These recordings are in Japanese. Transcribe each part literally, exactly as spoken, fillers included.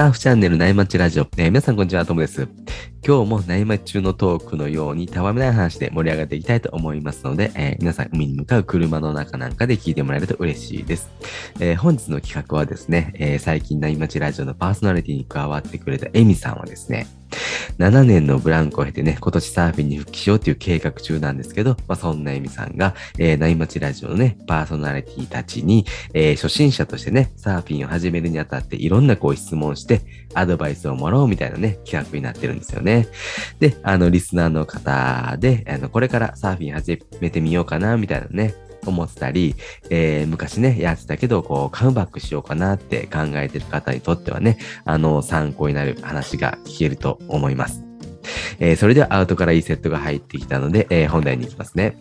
サーフチャンネル内町ラジオ、えー、皆さんこんにちは、ともです。今日も内町中のトークのようにたわめない話で盛り上がっていきたいと思いますので、えー、皆さん海に向かう車の中なんかで聞いてもらえると嬉しいです。えー、本日の企画はですね、えー、最近内町ラジオのパーソナリティに加わってくれたエミさんはですね、ななねんのブランクを経てね、今年サーフィンに復帰しようという計画中なんですけど、まあ、そんなエミさんが、えー、内町ラジオのね、パーソナリティたちに、えー、初心者としてね、サーフィンを始めるにあたっていろんなこう質問して、アドバイスをもらおうみたいなね、企画になってるんですよね。で、あの、リスナーの方で、あの、これからサーフィン始めてみようかな、みたいなね、思ってたり、えー、昔ね、やってたけど、こう、カムバックしようかなって考えてる方にとってはね、あの、参考になる話が聞けると思います。えー、それではアウトからいいセットが入ってきたので、えー、本題に行きますね。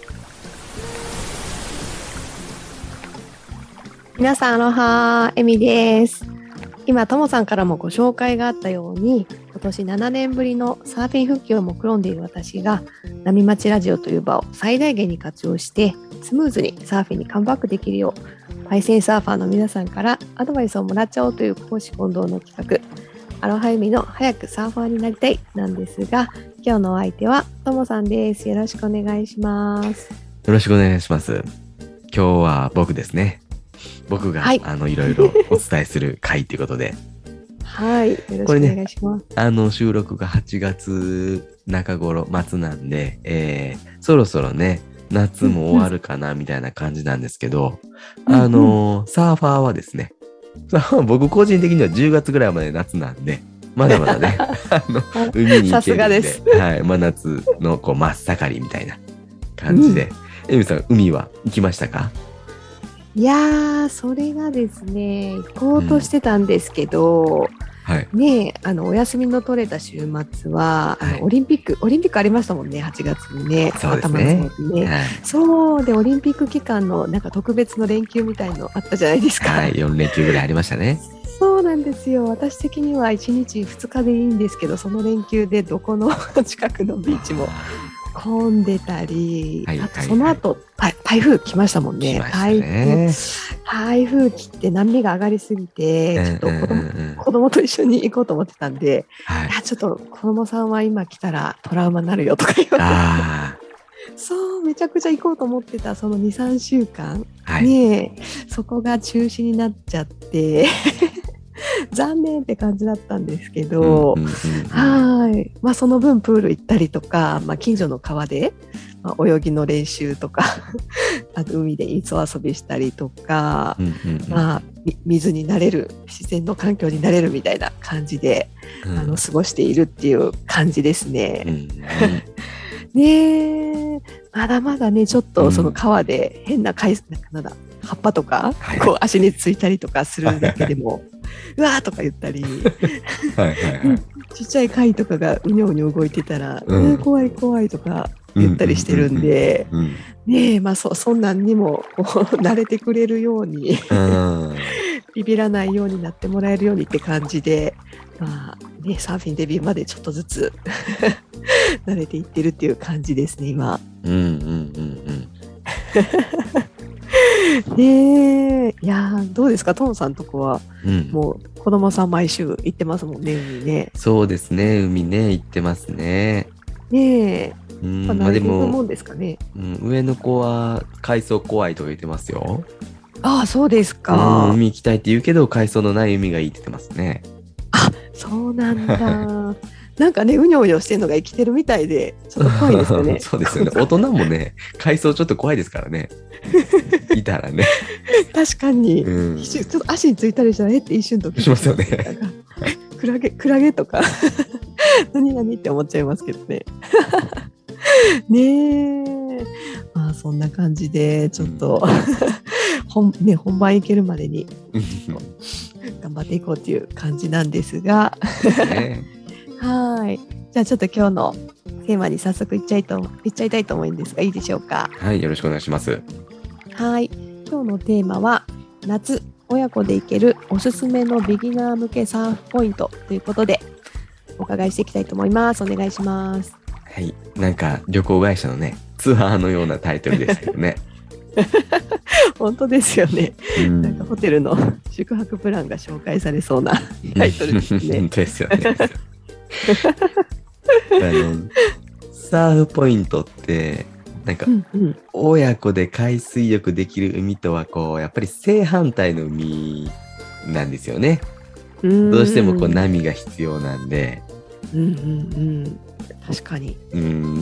皆さんアロハ、エミです。今トモさんからもご紹介があったように、今年ななねんぶりのサーフィン復帰を目論んでいる私が、波町ラジオという場を最大限に活用してスムーズにサーフィンにカムバックできるよう、パイセンサーファーの皆さんからアドバイスをもらっちゃおうという公私混同の企画、アロハエミの早くサーファーになりたいなんですが、今日のお相手はトモさんです。よろしくお願いします。 よろしくお願いします。今日は僕ですね。僕が、はい、あのいろいろお伝えする回ということではい、よろしくお願いします。 ね、あの収録がはちがつなか頃末なんで、えー、そろそろね夏も終わるかなみたいな感じなんですけど、うんうん、あのサーファーはですね、僕個人的にはじゅうがつぐらいまで夏なんで、まだまだねあの海に行けるんで、さすがです、はい、真夏のこう真っ盛りみたいな感じで、うん、エミさん海は行きましたか？ いやー、それがですね、行こうとしてたんですけど、うん、はい、ねえ、あのお休みの取れた週末は、はい、あのオリンピックオリンピックありましたもんね、はちがつにね、 そうですね、 頭のね、はい、そうでオリンピック期間のなんか特別の連休みたいのあったじゃないですか。 はい、よんれんきゅうぐらいありましたね。 そうなんですよ。私的にはいちにちふつかでいいんですけど、その連休でどこの近くのビーチも混んでたり、はいはいはい、あとその後、はい、台風来ましたもんね。 来ましたね。 台風来て波が上がりすぎて、ちょっと子供、うんうんうん、子供と一緒に行こうと思ってたんで、はい、いやちょっと子供さんは今来たらトラウマになるよとか言われて、そうめちゃくちゃ行こうと思ってたその にさんしゅうかん、はい、ね、そこが中止になっちゃって残念って感じだったんですけど、うんうんうんうん、はい、まあ、その分プール行ったりとか、まあ、近所の川で、まあ、泳ぎの練習とかあと海で磯遊びしたりとか、うんうんうん、まあ、水に慣れる、自然の環境に慣れるみたいな感じで、うん、あの過ごしているっていう感じですね。うんうんねえ、まだまだね、ちょっとその川で変な海、なんかなんだ、葉っぱとか、はい、こう足についたりとかするだけでもうわーとか言ったりはいはい、はい、ちっちゃい貝とかがうにょうにょ動いてたら、うん、怖い怖いとか言ったりしてるんで、うんうんうんうん、ねえ、まあ そ, そんなんにもこう慣れてくれるようにビビらないようになってもらえるようにって感じで、まあね、サーフィンデビューまでちょっとずつ慣れていってるっていう感じですね今。うんうんうんうんねえ、いやどうですか、トンさんとこは、うん、もう子供さん毎週行ってますもんね、海ね。 そうですね、海ね行ってますね。 ねえ、うん、まあ、でも、もんですかね、 うん、上の子は海藻怖いとか言ってますよ。 ああ、そうですか。 うん、海行きたいって言うけど海藻のない海がいいって言ってますね。 あ、そうなんだなんかね、うにょうにょしてるのが生きてるみたいでちょっと怖いですよねそうですよね、大人もね海藻ちょっと怖いですからねいたらね確かに、うん、ちょっと足についたりしたらえって一瞬ドキッとしますよねクラゲクラゲとか何何って思っちゃいますけどねねえ、まあそんな感じでちょっと、うん本, ね、本番行けるまでに頑張っていこうっていう感じなんですがね、はい、じゃあちょっと今日のテーマに早速いっちゃいといっちゃいたいと思うんですが、いいでしょうか。 はい、よろしくお願いします。 はい、今日のテーマは夏親子で行けるおすすめのビギナー向けサーフポイントということでお伺いしていきたいと思います。お願いします。 はい、なんか旅行会社のねツアーのようなタイトルですけどね本当ですよね、 うん、 なんかホテルの宿泊プランが紹介されそうなタイトルですね。 ですよね。あのサーフポイントってなんか、うんうん、親子で海水浴できる海とはこうやっぱり正反対の海なんですよね。どうしてもこう波が必要なんで、 うんうんうん、確かに。 うん、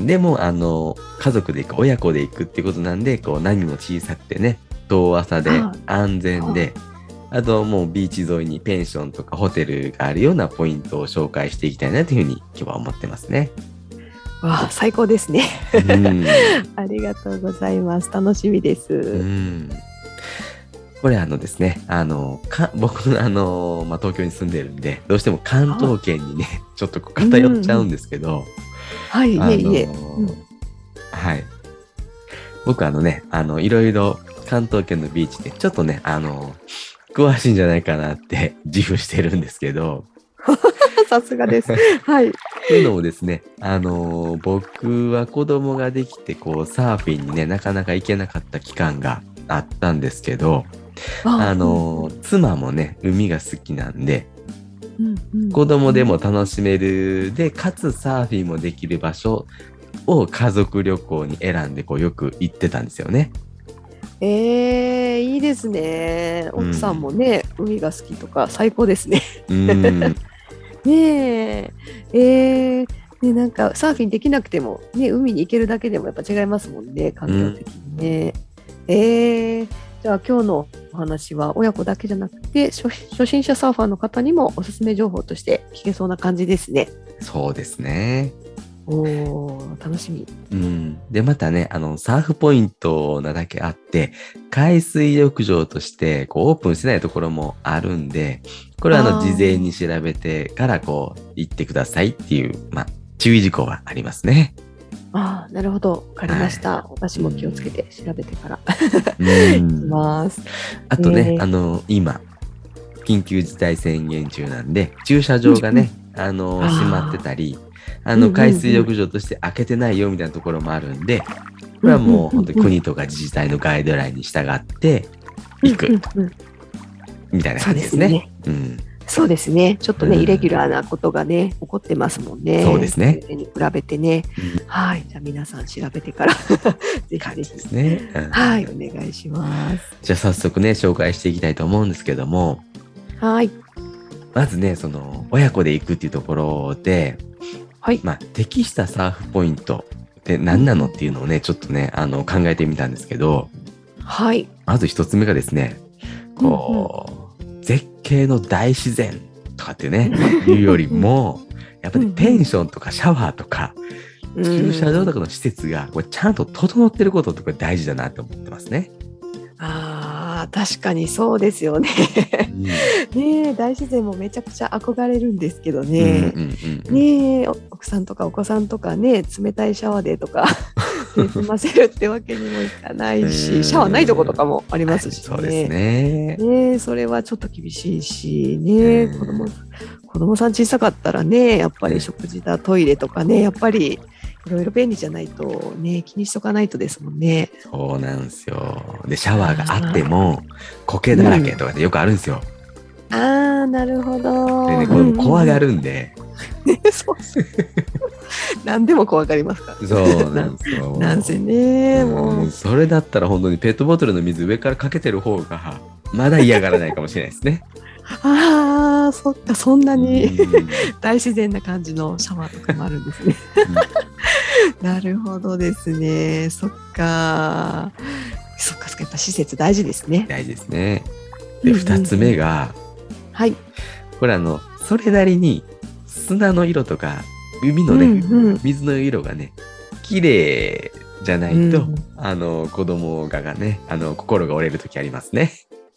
でもあの家族で行く親子で行くってことなんでこう波も小さくてね遠浅で安全で あ, あともうビーチ沿いにペンションとかホテルがあるようなポイントを紹介していきたいなというふうに今日は思ってますね。 わあ、最高ですね、うん、ありがとうございます。楽しみです。うん、 これあのですねあのか僕あの、まあ、東京に住んでるんでどうしても関東圏にねちょっと偏っちゃうんですけど、うん、 はいいえいえ、 うん、はい僕あのねあのいろいろ関東圏のビーチでちょっとねあの詳しいんじゃないかなって自負してるんですけどさすがです。はい。 というのもですね、あのー、僕は子供ができてこうサーフィンにねなかなか行けなかった期間があったんですけど、あ、あのー、妻もね海が好きなんで、うんうん、子供でも楽しめるでかつサーフィンもできる場所を家族旅行に選んでこうよく行ってたんですよね。 えー、いいですね。奥さんもね、うん、海が好きとか最高ですね。うんねえ、えー、ね、なんかサーフィンできなくても、ね、海に行けるだけでもやっぱ違いますもんね、環境的にね。うん、えー、じゃあ今日のお話は親子だけじゃなくて 初, 初心者サーファーの方にもおすすめ情報として聞けそうな感じですね。 そうですね。 お楽しみ、 うん、でまたねあのサーフポイントなだけあって海水浴場としてこうオープンしてないところもあるんでこれはあの事前に調べてからこう行ってくださいっていう、まあ、注意事項はありますね。 ああ、なるほど、わかりました、はい、私も気をつけて調べてから行きます。 あとね、えー、あの今緊急事態宣言中なんで駐車場がね、うん、あの閉まってたりあの海水浴場として開けてないよみたいなところもあるんで、これはもう本当に国とか自治体のガイドラインに従って行くみたいな感じですね。 そうですね。ちょっとね、うん、イレギュラーなことがね起こってますもんね。 そうですね。 それに比べてね、うん、はい。じゃあ皆さん調べてからぜひぜひですね、うん、はい、お願いします。 じゃあ早速ね紹介していきたいと思うんですけども、 はい。 まずねその親子で行くっていうところで。はいまあ、適したサーフポイントって何なのっていうのをねちょっとねあの考えてみたんですけど、 はい、 まず一つ目がですねこう、うんうん、絶景の大自然とかってねいうよりもやっぱりペンションとかシャワーとか、うん、駐車場とかの施設がこれちゃんと整ってることってこれ大事だなと思ってますね。 あ確かにそうですよね。うん、ね大自然もめちゃくちゃ憧れるんですけどね。うんうんうんうん、ね奥さんとかお子さんとかね冷たいシャワーでとか済ませるってわけにもいかないしシャワーないとことかもありますしね。 そうですね。 ねそれはちょっと厳しいしね子供子供さん小さかったらねやっぱり食事だトイレとかねやっぱりいろいろ便利じゃないとね気にしとかないとですもんね。 そうなんですよ。でシャワーがあっても苔だらけとかでよくあるんですよ。 うん、あーなるほど。 でねこれも怖がるんで、 うんうん、そう何でも怖がりますから。 そうなんですよ。 なんせねもうそれだったら本当にペットボトルの水上からかけてる方がまだ嫌がらないかもしれないですね。 ああそっかそんなに大自然な感じのシャワーとかもあるんですね。なるほどですね。そっかそっかそっかやっぱ施設大事ですね。 大事ですね。でふたつめが、 はいこれあのそれなりに砂の色とか海のね、うんうん、水の色がね綺麗じゃないと、うん、あの子供ががねあの心が折れる時ありますね。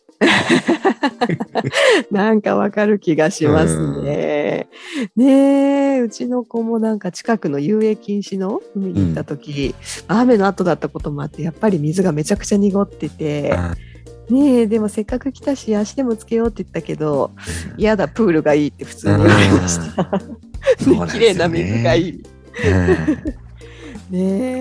なんかわかる気がしますね。うん、ねえうちの子もなんか近くの遊泳禁止の海に行った時、うん、雨の後だったこともあってやっぱり水がめちゃくちゃ濁ってて。ねえでもせっかく来たし足でもつけようって言ったけど嫌、うん、だプールがいいって普通に言われました。綺麗な水がいい。うん、ね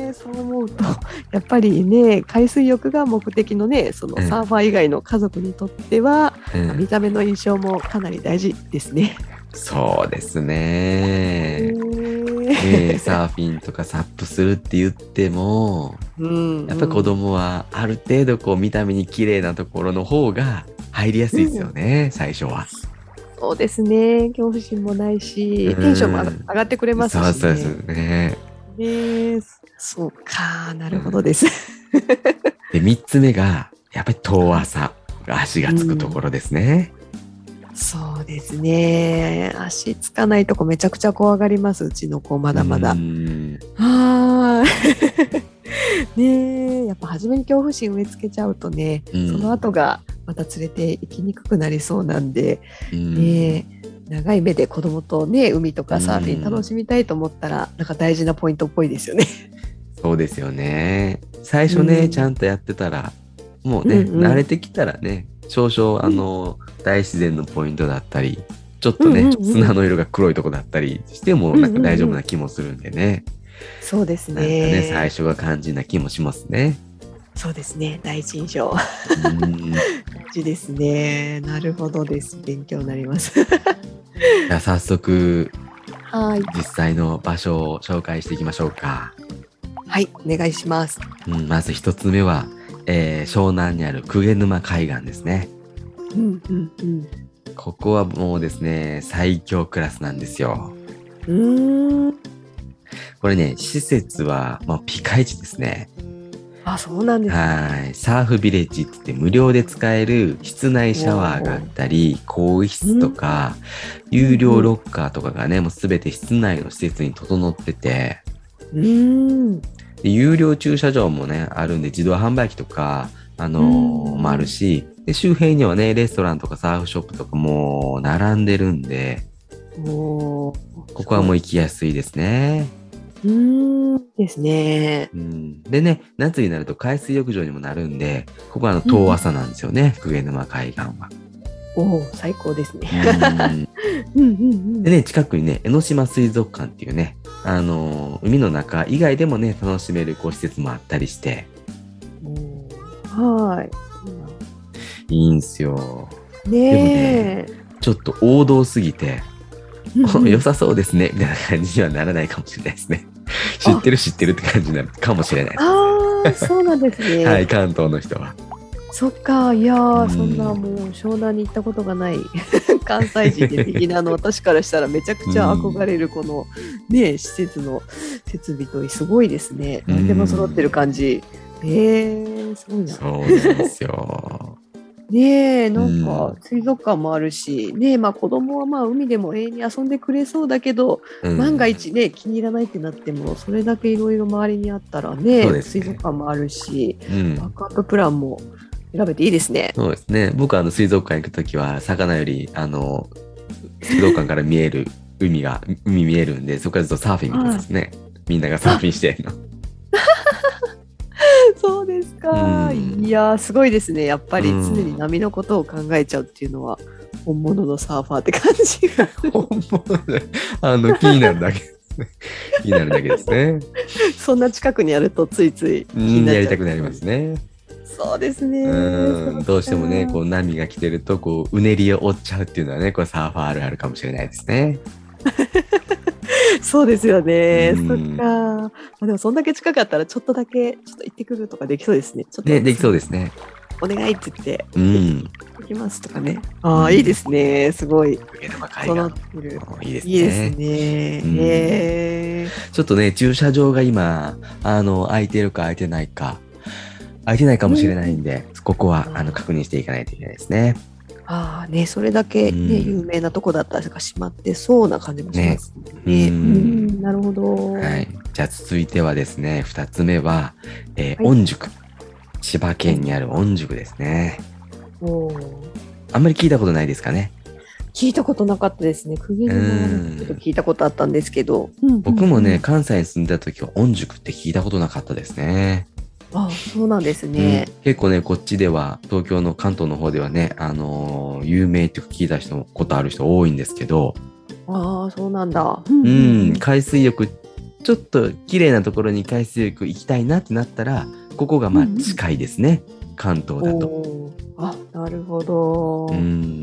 ね、そう思うとやっぱりね、海水浴が目的のね、そのサーファー以外の家族にとっては、うん、見た目の印象もかなり大事ですね。 そうですね。ね、サーフィンとかサップするって言っても、うんうん、やっぱり子供はある程度こう見た目に綺麗なところの方が入りやすいですよね、うん、最初は。 そうですね。恐怖心もないし、テンションも上がってくれますしね。 そうそうですね。 ね、そうか、なるほどです。 うん、で、みっつめが、やっぱり遠浅が足がつくところですね。 うん、そうですね。足つかないとこめちゃくちゃ怖がります、うちの子、まだまだ。はーねえ、やっぱ初めに恐怖心植え付けちゃうとね、うん、その後がまた連れて行きにくくなりそうなんで、うん、ねえ、長い目で子供とね、海とかサーフィン楽しみたいと思ったら、うん、なんか大事なポイントっぽいですよね。 そうですよね。最初ね、うん、ちゃんとやってたら、もうね、うんうん、慣れてきたらね、少々あの、うん、大自然のポイントだったり、ちょっとね、うんうんうん、砂の色が黒いとこだったりしてもなんか大丈夫な気もするんでね。うんうんうん、 そうですね。 なんかね、最初が肝心な気もしますね。 そうですね。第一印象。大事ですね。なるほどです。勉強になります。じゃあ早速、 はい。 実際の場所を紹介していきましょうか。 はい、お願いします。 うん、まず一つ目は、えー、湘南にある鵠沼海岸ですね。 うんうんうん。 ここはもうですね、最強クラスなんですよ。 うーん。 これね、施設は、まあ、ピカイチですね。 あ、そうなんですね。 はい。サーフビレッジって言って無料で使える室内シャワーがあったり、更衣室とか、有料ロッカーとかがね、もうすべて室内の施設に整ってて、 うーん。 で有料駐車場もね、あるんで、自動販売機とか、あのー、もあるし、で、周辺にはね、レストランとかサーフショップとかも並んでるんで、 おー、 ここはもう行きやすいですね。 うーんですね。 うん、でね、夏になると海水浴場にもなるんで、ここはあの遠浅なんですよね、鵠沼海岸は。 おお、最高ですね。うんうんうん、 でね、近くにね、江ノ島水族館っていうね、あのー、海の中以外でもね、楽しめるこう施設もあったりして。 はい。 いいんすよ。 ねえ。 でもね、ちょっと王道すぎて、良さそうですねみたいな感じにはならないかもしれないですね。知ってる知ってるって感じになるかもしれないです。 ああ、そうなんですね。 はい、関東の人は。 そっか、いやー、そんなもう湘南に行ったことがない関西人でビギナーの私からしたらめちゃくちゃ憧れるこのね、施設の設備とすごいですね。何でも揃ってる感じ。えー、すごいな。 そうなんですよ。 ねえ、なんか水族館もあるし、ねえ、まあ子供はまあ海でも永遠に遊んでくれそうだけど、うん、万が一ね、気に入らないってなっても、それだけいろいろ周りにあったらね、ね水族館もあるし、うん、バックアッププランも選べていいですね。 そうですね。僕はあの水族館行くときは、魚より、あの、水族館から見える海が、海見えるんで、そこからずっとサーフィンですね。みんながサーフィンしてるの。 そうですか、うん、いやすごいですね。やっぱり常に波のことを考えちゃうっていうのは、うん、本物のサーファーって感じが本物であの気になるだけですね。気になるだけですね。 そんな近くにあるとついつい気になっちゃう、やりたくなりますね。 そうですね。 うん、どうしてもね、こう波が来てるとこううねりを追っちゃうっていうのはね、これサーファーあるあるかもしれないですね。 そうですよね。そっか。まあ、でもそんだけ近かったらちょっとだけちょっと行ってくるとかできそうですね。ちょっとね、できそうですね。 お願いって言って、 うん、 行きますとかね。ああ、うん、いいですね。すごい。 鵠沼海岸。いいですね。 いいですね。うん、へちょっとね、駐車場が今あの空いてるか空いてないか空いてないかもしれないんで、うん、ここはあの確認していかないといけないですね。 ああね、それだけ、ね、うん、有名なとこだったら閉まってそうな感じもしますね。ね、うん、なるほど。 はい。じゃあ続いてはですね、二つ目は、えー、御宿。千葉県にある御宿ですね。おあんまり聞いたことないですかね。 聞いたことなかったですね。鵠沼はちょっと聞いたことあったんですけど。 僕もね、関西に住んでた時は御宿って聞いたことなかったですね。 あ、そうなんですね、 うん、結構ね、こっちでは、東京の関東の方ではね、あのー、有名って聞いた人ことある人多いんですけど。 ああ、そうなんだ。 うん、うん、海水浴、ちちょっと綺麗なところに海水浴行きたいなってなったら、ここがまあ近いですね、うんうん、関東だと。 あ、なるほど。 うん。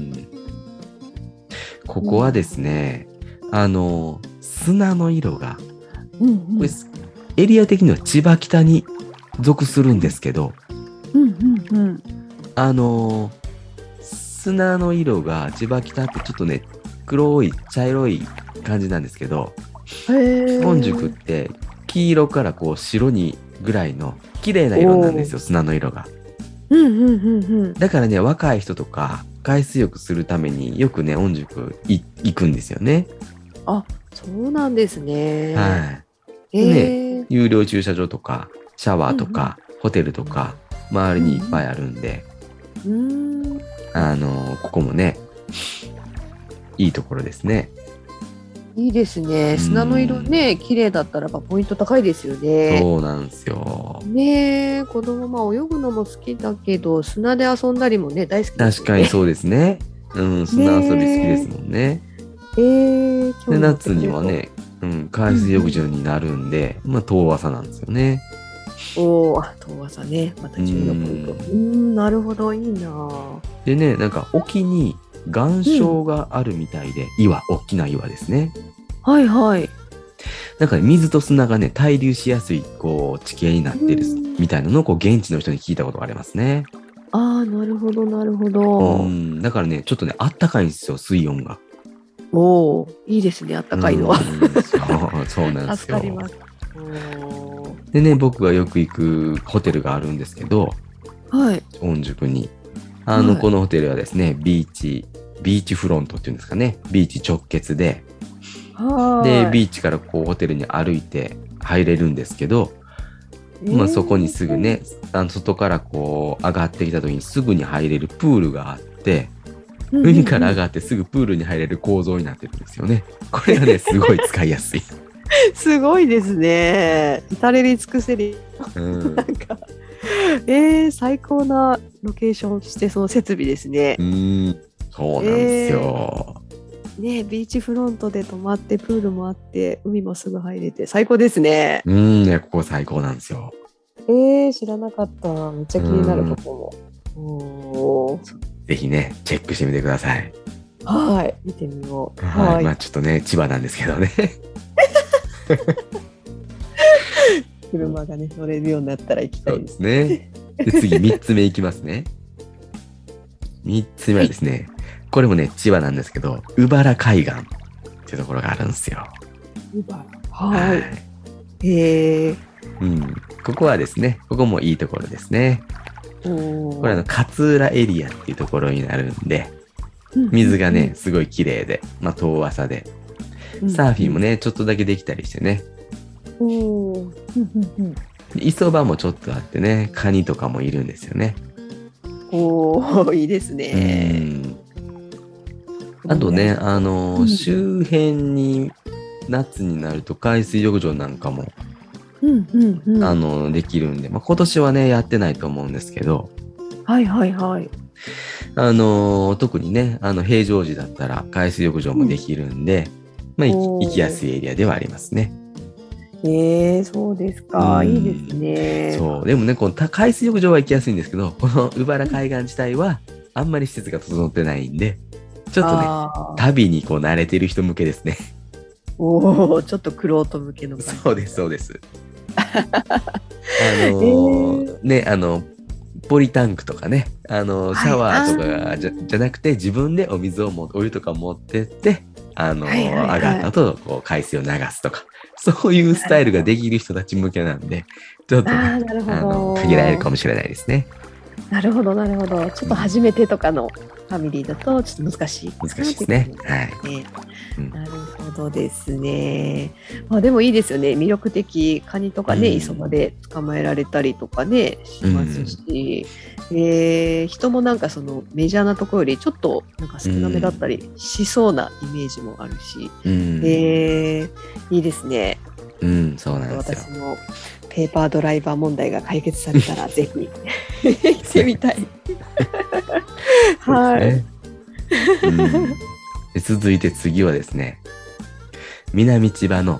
ここはですね、うん、あの砂の色が、うんうん、これエリア的には千葉北に属するんですけど、うんうんうん、あの砂の色が千葉北ってちょっとね黒い茶色い感じなんですけど、御宿って黄色からこう白にぐらいの綺麗な色なんですよ、砂の色が。うんうんうんうん、だからね、若い人とか海水浴するためによくね御宿行くんですよね。 あ、そうなんですね。 はい。でね、有料駐車場とかシャワーとか、うんうん、ホテルとか周りにいっぱいあるんで、うん、あのここもねいいところですね。 いいですね。砂の色ね、綺麗だったらばポイント高いですよね。 そうなんですよ。 ねえ、子供まあ泳ぐのも好きだけど、砂で遊んだりもね大好きですよね。 確かにそうですね。うん、砂遊び好きですもんね。えー、で夏にはね、うん、海水浴場になるんで、うんうん、まあ遠浅なんですよね。 おお、遠浅ね。また重要ポイント。うん、なるほど、いいな。 でね、なんか沖に岩礁があるみたいで、うん、岩、大きな岩ですね。はいはい。なんか、ね、水と砂がね、対流しやすい、こう、地形になってるみたいなのを、こう、現地の人に聞いたことがありますね。 ああ、なるほど、なるほど。 うん、だからね、ちょっとね、あったかいんですよ、水温が。 おお、いいですね、あったかいのは。 そう、そうなんですよ。助かります。でね、僕がよく行くホテルがあるんですけど、はい。御宿に。あの、はい、このホテルはですね、ビーチ、ビーチフロントっていうんですかね、ビーチ直結で、で、ビーチからこうホテルに歩いて入れるんですけど、えー、まあそこにすぐね、あの外からこう上がってきた時にすぐに入れるプールがあって、海から上がってすぐプールに入れる構造になってるんですよね。これがね、すごい使いやすい。 すごいですね。至れり尽くせり。うん、なんか、えー、最高なロケーションしてその設備ですね。 うん、そうなんですよ。 えー、ね、ビーチフロントで泊まってプールもあって海もすぐ入れて最高ですね。 うん、ね、ここ最高なんですよ。 えー、知らなかった。めっちゃ気になるここも。おぜひね、チェックしてみてください。 はい、見てみよう。 はい、はい、まあちょっとね、千葉なんですけどね。 車がね、乗れるようになったら行きたいです。 そうですね。で、次みっつめいきますね。みっつめはですね、はい、これもね、千葉なんですけど、鵜原海岸っていうところがあるんですよ。 鵜原。はい。へえ。 うん。ここはですね、ここもいいところですね。これあの、勝浦エリアっていうところになるんで、水がね、すごい綺麗で、まあ、遠浅で、サーフィンもね、ちょっとだけできたりしてね。お磯場もちょっとあってね、カニとかもいるんですよね。 おー、いいですね。 うん。あとね、あの、うん、周辺に夏になると海水浴場なんかも、うんうんうん、あの、できるんで、まあ、今年はね、やってないと思うんですけど、 はいはいはい。 あの、特にね、あの、平常時だったら海水浴場もできるんで、うん、まあ、行きやすいエリアではありますね。 えー、そうですか、いいですね。 そう、でもね、この海水浴場は行きやすいんですけど、この鵜原海岸自体はあんまり施設が整ってないんで、ちょっとね、旅にこう慣れてる人向けですね。 おお、ちょっと玄人向けの感じ。 そうです、そうです。あのーえー、ね、あの、ポリタンクとかね、あの、シャワーとかじゃ、じゃなくて、自分でお水をも、お湯とか持ってって、あの、はいはいはい、上がった後、こう、海水を流すとか、そういうスタイルができる人たち向けなんで、ちょっとね、ああの、限られるかもしれないですね。 なるほど、なるほど。ちょっと初めてとかのファミリーだと、ちょっと難しい。 難しいですね。はい。 うん、なるほどですね。まあ、でもいいですよね。魅力的。カニとかね、うん、磯場で捕まえられたりとかね、しますし、うん、えー、人もなんかそのメジャーなところよりちょっとなんか少なめだったりしそうなイメージもあるし、うん、えー、いいですね。 うん、そうなんですよ。 私もペーパードライバー問題が解決されたらぜひ行ってみたい。はい、 うん。続いて次はですね、南千葉の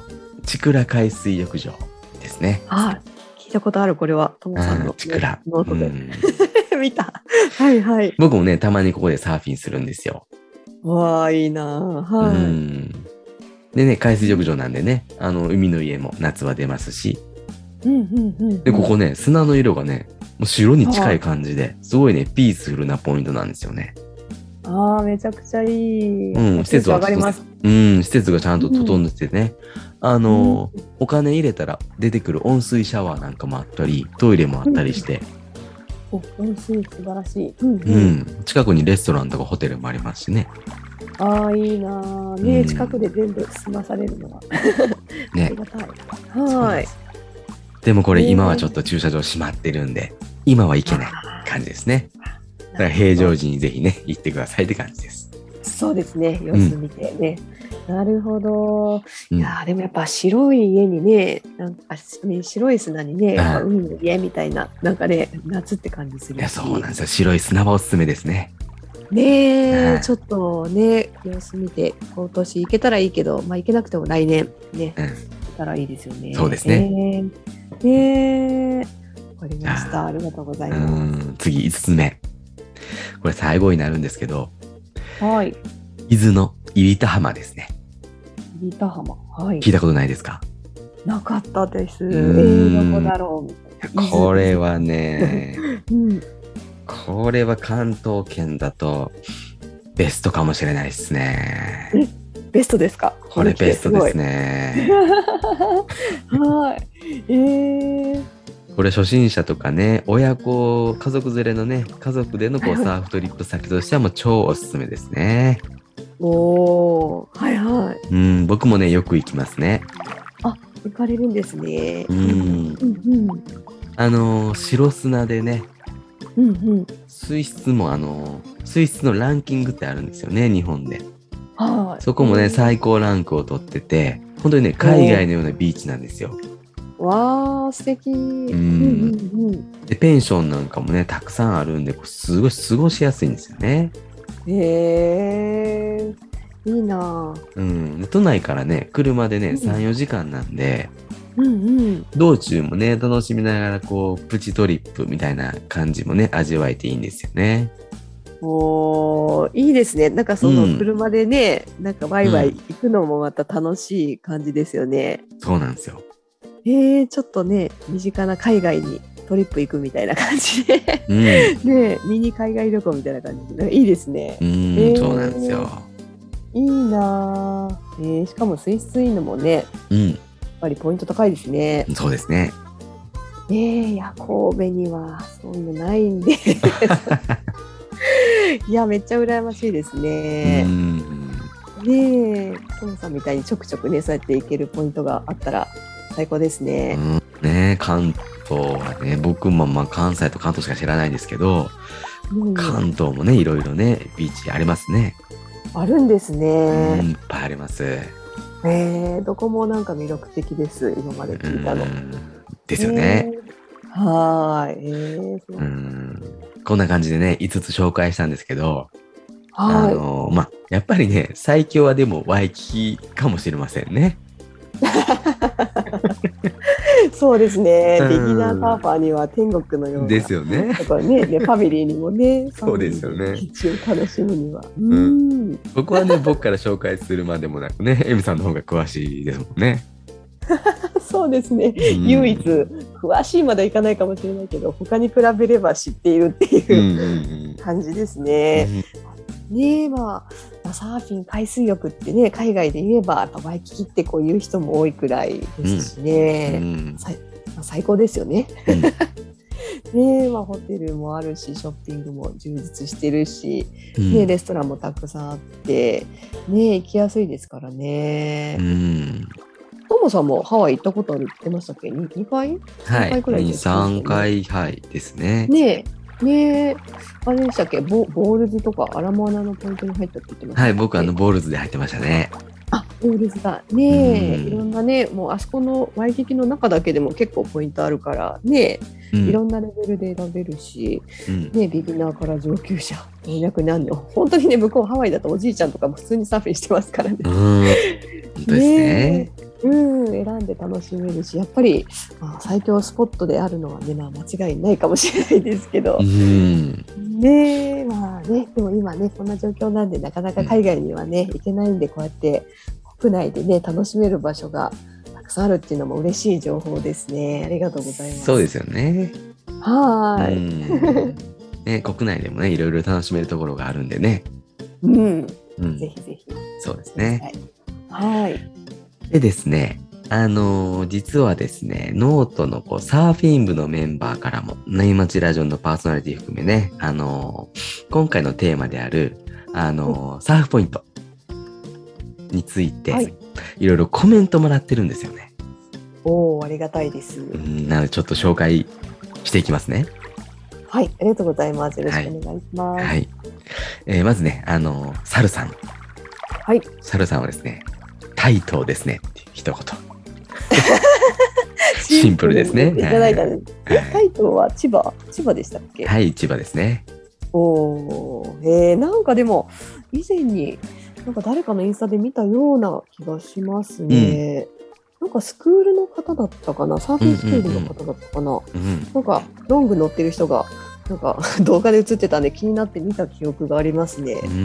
チクラ海水浴場ですね。 あ、聞いたことある。これはともさんのチクラノートで、うん、見た。はいはい。 僕もね、たまにここでサーフィンするんですよ。 わあ、いいな。はい。 うんでね、海水浴場なんでね、あの海の家も夏は出ますし、 うんうんうんうん、 でここね、砂の色がね、もう白に近い感じで、すごいね、ピースフルなポイントなんですよね。 ああ、めちゃくちゃいい。 うん、施設は上がります。 うん、施設がちゃんと整っててね、うん、あの、 うん、 お金入れたら出てくる温水シャワーなんかもあったり、トイレもあったりして、 うん、お、温水素晴らしい。うん、 うんうん、近くにレストランとかホテルもありますしね。 ああ、いいなね、うん、近くで全部済まされるのはね、ありがたい。はい。 でもこれ今はちょっと駐車場閉まってるんで、今は行けない感じですね。だから平常時にぜひね、行ってくださいって感じです。 そうですね、様子見てね。うん、なるほど。いやでもやっぱ白い家にね、なんかね、白い砂にね、やっぱ海の家みたいな、なんかね、夏って感じするし。 いや、そうなんですよ。白い砂場おすすめですね。 ねえ、ちょっとね、様子見て、今年行けたらいいけど、まあ行けなくても来年ね、うん、行ったらいいですよね。 そうですね。 えー、ねえ、わかりました。ありがとうございます。うん、 次いつつめ。これ最後になるんですけど、 はい。 伊豆の入田浜ですね。 入田浜。はい。 聞いたことないですか？ なかったです。えー、どこだろう。これはね、うん、これは関東圏だとベストかもしれないですね。 ベストですか？ これベストですね。 はい。えー、 これ初心者とかね、親子、家族連れのね、家族でのこうサーフトリップ先としてはもう超おすすめですね。 おー、はいはい。 うん、僕もね、よく行きますね。 あ、行かれるんですね。 うん。うんうん、あのー、白砂でね、 うんうん、 水質もあのー、水質のランキングってあるんですよね、日本で。 はい。 そこもね、最高ランクを取ってて、本当にね、海外のようなビーチなんですよ。 わー、素敵。うんうんうん、 でペンションなんかもね、たくさんあるんで、すごい過ごしやすいんですよね。 へー、いいな。 うん、都内からね、車でね、うん、さん、よじかんなんで、 うんうん、 道中もね、楽しみながら、こう、プチトリップみたいな感じもね、味わえていいんですよね。 おー、いいですね。なんかその車でね、うん、なんかワイワイ行くのもまた楽しい感じですよね。 うん、そうなんですよ。 えー、ちょっとね、身近な海外にトリップ行くみたいな感じで、うん、ね、ミニ海外旅行みたいな感じで、いいですね。 うん、えー、そうなんですよ。 いいなぁ、えー。しかも水質いいのもね、うん、やっぱりポイント高いですね。 そうですね。 えー、いや、神戸にはそういうのないんで。いや、めっちゃ羨ましいですね。うん、ねえ、トモさんみたいにちょくちょくね、そうやって行けるポイントがあったら最高ですね。 うん、ね、関東はね、僕もまあ関西と関東しか知らないですけど、うん、関東もね、いろいろね、ビーチありますね。 あるんですね。 うん、いっぱいあります。 えー、どこもなんか魅力的です、今まで聞いたの。 ですよね。 えー、はい、えー、 うん。こんな感じでね、いつつ紹介したんですけど、 はい、 あのまあ、やっぱりね、最強はでもワイキキかもしれませんね。 そうですね、うん、ビギナーサーファーには天国のようなですよね。 だからね、ねファミリーにもね、 そうですよね。 一応楽しむには。 うん。僕はね、僕から紹介するまでもなくね、エミさんの方が詳しいですもんね。 そうですね、うん、唯一詳しいまではいかないかもしれないけど、他に比べれば知っているっていう感じですね。うんうん、ねえ、まあ、サーフィン、海水浴ってね、海外で言えばやっぱワイキキってこういう人も多いくらいですしね、うんうんまあ、最高ですよね。うんねえ、まあ、ホテルもあるし、ショッピングも充実してるし、うんね、レストランもたくさんあって、ね、行きやすいですからね。うんトモさんもハワイ行ったことあるって言ってましたっけ？ に, にかい ?さん 回くらいですか、 ね、はい、に、さんかい、はい、ですね。 ねえ、ねえ、あれでしたっけ？ボ、ボールズとかアラモアナのポイントに入ったって言ってましたっけ？ はい、僕あのボールズで入ってましたね。 あ、ボールズだ。ねえ、いろんなね、もうあそこのワイキキの中だけでも結構ポイントあるからね、うん、いろんなレベルで選べるし、うん、ね、ビギナーから上級者、老若男女、本当にね、向こうハワイだとおじいちゃんとかも普通にサーフィンしてますからね。 うん、本当ですね。ねうん、選んで楽しめるし、やっぱり、まあ、最強スポットであるのはね、まあ、間違いないかもしれないですけど、 うん、 ねえ、まあね、でも今ね、こんな状況なんで、なかなか海外にはね、行けないんで、こうやって国内でね、楽しめる場所がたくさんあるっていうのも嬉しい情報ですね。ありがとうございます。 そうですよね。 はい。 ね、国内でもね、いろいろ楽しめるところがあるんでね。 うん。 うん、 ぜひぜひ。 そうですね。 はい。 でですね、あのー、実はですね、ノートのこうサーフィン部のメンバーからも、ナイマチラジオのパーソナリティ含めね、あのー、今回のテーマである、あのー、サーフポイントについて、はい、いろいろコメントもらってるんですよね。 おー、ありがたいです。うん、なのでちょっと紹介していきますね。 はい、ありがとうございます。よろしくお願いします。はい。はい、 えー、まずね、あのー、サルさん。 はい。 サルさんはですね、タイトですねって一言。シンプルですね。 いただいたんです。はい、タイトは千葉千葉でしたっけ？ はい、千葉ですね。 おー、えー、なんかでも以前になんか誰かのインスタで見たような気がしますね。うん、なんかスクールの方だったかな、サーフィンスクールの方だったかな。うんうんうん、なんかロング乗ってる人がなんか動画で映ってたんで気になって見た記憶がありますね。 うん、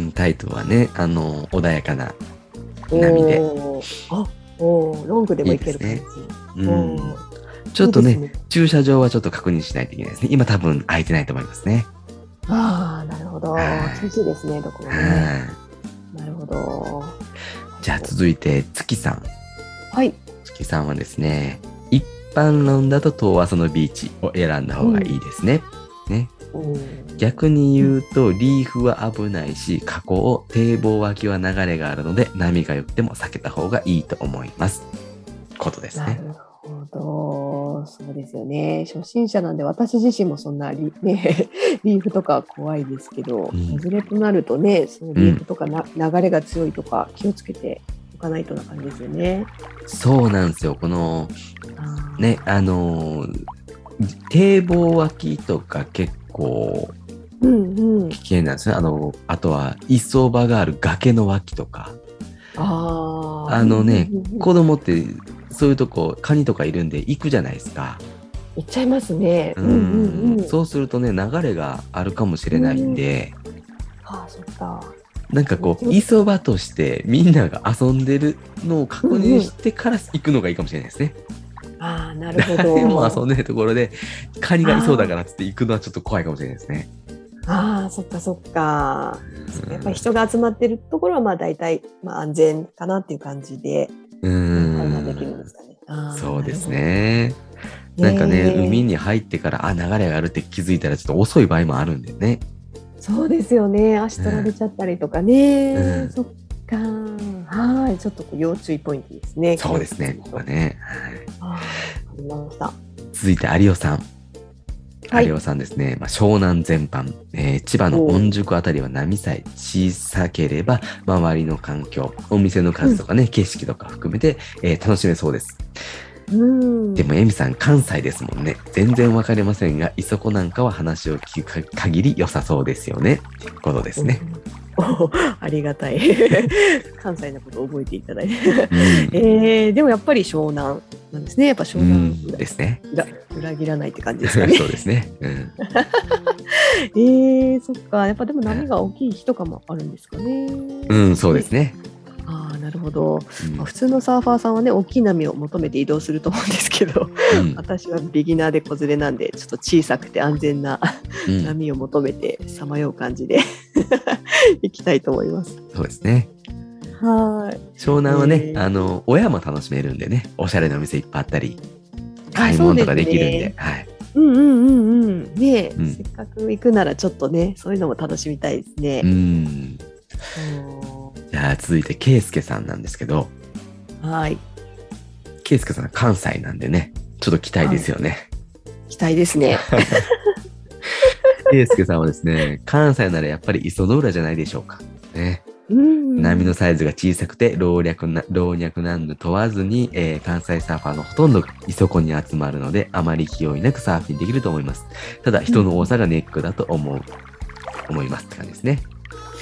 タイトはね、あの穏やかな波で。 あ、おロングでもいける感じ。いいですね。うん、 ちょっとね、いいね、駐車場はちょっと確認しないといけないですね。今多分空いてないと思いますね。 ああ、なるほど。厳しいですね、どこもね。なるほど。 じゃあ続いて月さん。 はい。 月さんはですね、一般論だと遠浅のビーチを選んだ方がいいですね。うん、ね。逆に言うとリーフは危ないし、河口、堤防脇は流れがあるので波が良くても避けた方がいいと思います。ことですね。 なるほど、そうですよね。初心者なんで私自身もそんな リ,、ね、リーフとか怖いですけど、外れとなるとね、そのリーフとかな、うん、流れが強いとか気をつけておかないとな感じですよね。 そうなんですよ。このね、あの堤防脇とか結構危険なんですね。うんうん、あのあとは磯場がある崖の脇とか。ああのね、うんうんうん、子供ってそういうとこカニとかいるんで行くじゃないですか。 行っちゃいますね。 うんうんうん、そうするとね、流れがあるかもしれないんで、 うん、ああ、そっか。 なんかこう磯場としてみんなが遊んでるのを確認してから行くのがいいかもしれないですね。 うんうん、ああ、なるほど。 誰も遊んでるところでカニがいそうだからっつって行くのはちょっと怖いかもしれないですね。 ああ、そっかそっか。やっぱり人が集まってるところはまあ大体まあ安全かなっていう感じで判断できるんですかね。 そうですね。なんかね、海に入ってからあ流れがあるって気づいたらちょっと遅い場合もあるんでね。 そうですよね。足取られちゃったりとかね。うん、そっか。はい、ちょっと要注意ポイントですね。 そうですね。ここはね。 はい。ありました。 続いて有尾さん。はい、有尾さんですね、まあ、湘南全般、えー、千葉の御宿あたりは波さえ小さければ周りの環境、お店の数とかね、うん、景色とか含めて、えー、楽しめそうです。うんでもエミさん関西ですもんね。全然わかりませんが、いそこなんかは話を聞く限り良さそうですよねっていうことですね。 おありがたい関西のことを覚えていただいて、うんえー、でもやっぱり湘南なんですね。やっぱ湘南、うん、 ですね。 裏切らないって感じですかね。 そうですね、うん、 えー、そっか。やっぱでも波が大きい日とかもあるんですかね。 うん、そうですね。 ああ、なるほど、うんまあ、普通のサーファーさんはね大きい波を求めて移動すると思うんですけど、うん、私はビギナーで子連れなんでちょっと小さくて安全な、うん、波を求めてさまよう感じで行きたいと思います。 そうですね。 はい湘南はね、えー、あの親も楽しめるんでね、おしゃれなお店いっぱいあったり買い物とかできるんで、ねはい、 うんうんうんうんね、うん、せっかく行くならちょっとねそういうのも楽しみたいですね。 うんじゃあ続いてケイスケさんなんですけど、 はいケイスケさん関西なんでねちょっと期待ですよね、はい、 期待ですね。 ケイスケさんはですね関西ならやっぱり磯の浦じゃないでしょうかね。うん波のサイズが小さくて老若な老若男女問わずに、えー、関西サーファーのほとんどが磯こに集まるのであまり気負いなくサーフィンできると思います。ただ人の多さがネックだと思う、うん、思いますって感じですね。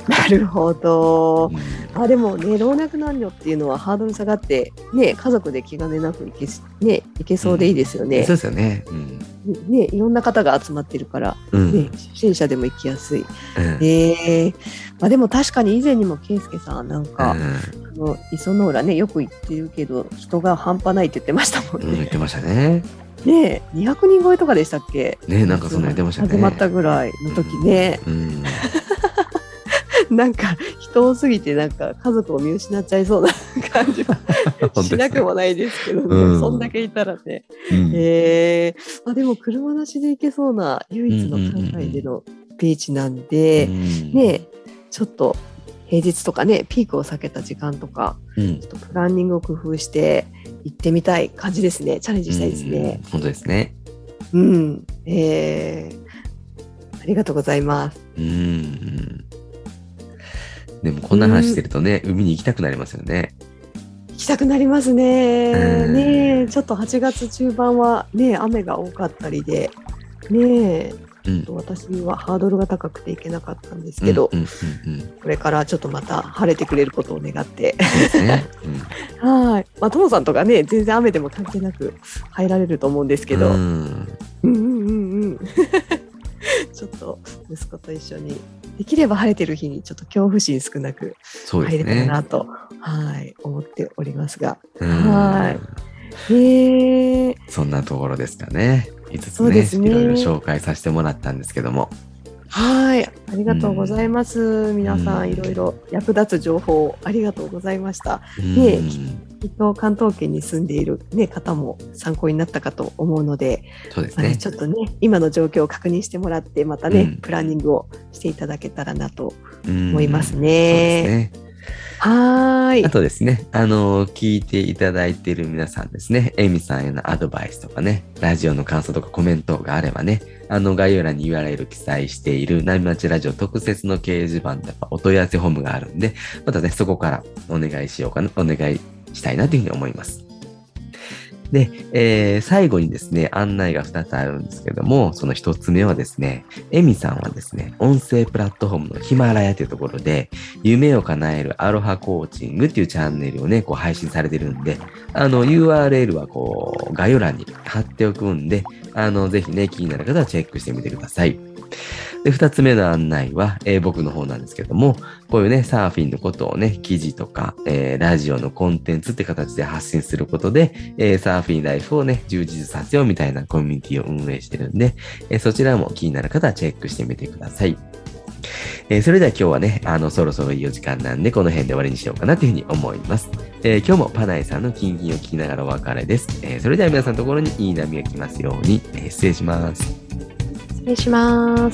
なるほど。うん、あでもね、老若男女っていうのはハードル下がって、ね、家族で気兼ねなくいけ、ね、いけそうでいいですよね。 うん、そうですよね。うんね、いろんな方が集まってるから、 うんね、初心者でも行きやすい。うん、 えーまあ、でも確かに以前にも圭介さんなんか、うん、あの磯の浦ねよく行ってるけど人が半端ないって言ってましたもんね。 うん、言ってましたね。 ねえにひゃくにん超えとかでしたっけね、なんかそんな言ってましたね。 始まったぐらいの時ね。うんうん、なんか人多すぎてなんか家族を見失っちゃいそうな感じはしなくもないですけどね、うん、そんだけいたらね、うん、えーまあ、でも車なしで行けそうな唯一の関西でのビーチなんで、うんうんうん、ねちょっと平日とかねピークを避けた時間とか、うん、ちょっとプランニングを工夫して行ってみたい感じですね。チャレンジしたいですね。 本当ですね。 うん、えー、ありがとうございます。 うん。でもこんな話してるとね、海に行きたくなりますよね。 行きたくなりますね。ねちょっとはちがつ中盤はね雨が多かったりでね。うん、私はハードルが高くていけなかったんですけど、うんうんうんうん、これからちょっとまた晴れてくれることを願って、ねうん、はい、まあ、トモさんとかね全然雨でも関係なく入られると思うんですけど、うん、うんうんうんうんちょっと息子と一緒にできれば晴れてる日にちょっと恐怖心少なく入れたらなと、ね、はい思っておりますが、はい、えー、 そんなところですかね。いつつね、ねいろいろ紹介させてもらったんですけども。 はい、ありがとうございます。うん、皆さんいろいろ役立つ情報ありがとうございました。ね、きっと関東圏に住んでいる、ね、方も参考になったかと思うので、 そうですね。まあね、 ちょっとね今の状況を確認してもらってまたね、うん、プランニングをしていただけたらなと思いますね。そうですね。はい。 あとですね、あのー、聞いていただいている皆さんですね、エミさんへのアドバイスとかね、ラジオの感想とかコメントがあればね、あの概要欄に ユーアールエル 記載している波町ラジオ特設の掲示板でお問い合わせフォームがあるんで、またね、そこからお願いしようかな、お願いしたいなというふうに思います。で、えー、最後にですね、案内がふたつあるんですけども、そのひとつめはですね、エミさんはですね、音声プラットフォームのヒマラヤというところで、夢を叶えるアロハコーチングっていうチャンネルをね、こう配信されてるんで、あの、ユーアールエル はこう、概要欄に貼っておくんで、あの、ぜひね、気になる方はチェックしてみてください。で、二つ目の案内は、えー、僕の方なんですけども、こういうね、サーフィンのことをね、記事とか、えー、ラジオのコンテンツって形で発信することで、えー、サーフィンライフをね、充実させようみたいなコミュニティを運営してるんで、えー、そちらも気になる方はチェックしてみてください。えー、それでは今日はね、あの、そろそろいいお時間なんで、この辺で終わりにしようかなというふうに思います。えー、今日もパナイさんのキンキンを聞きながらお別れです。えー、それでは皆さんのところにいい波が来ますように、えー、失礼します。 失礼します。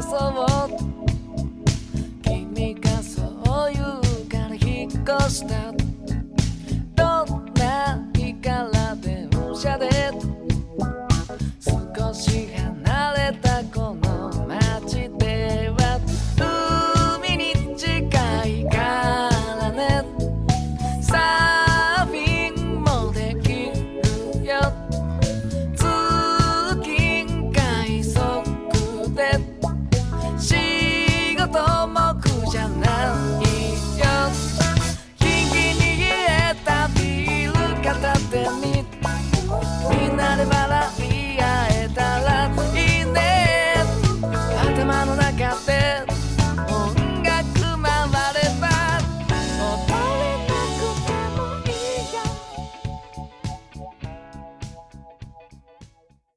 君がそう言うから引っ越した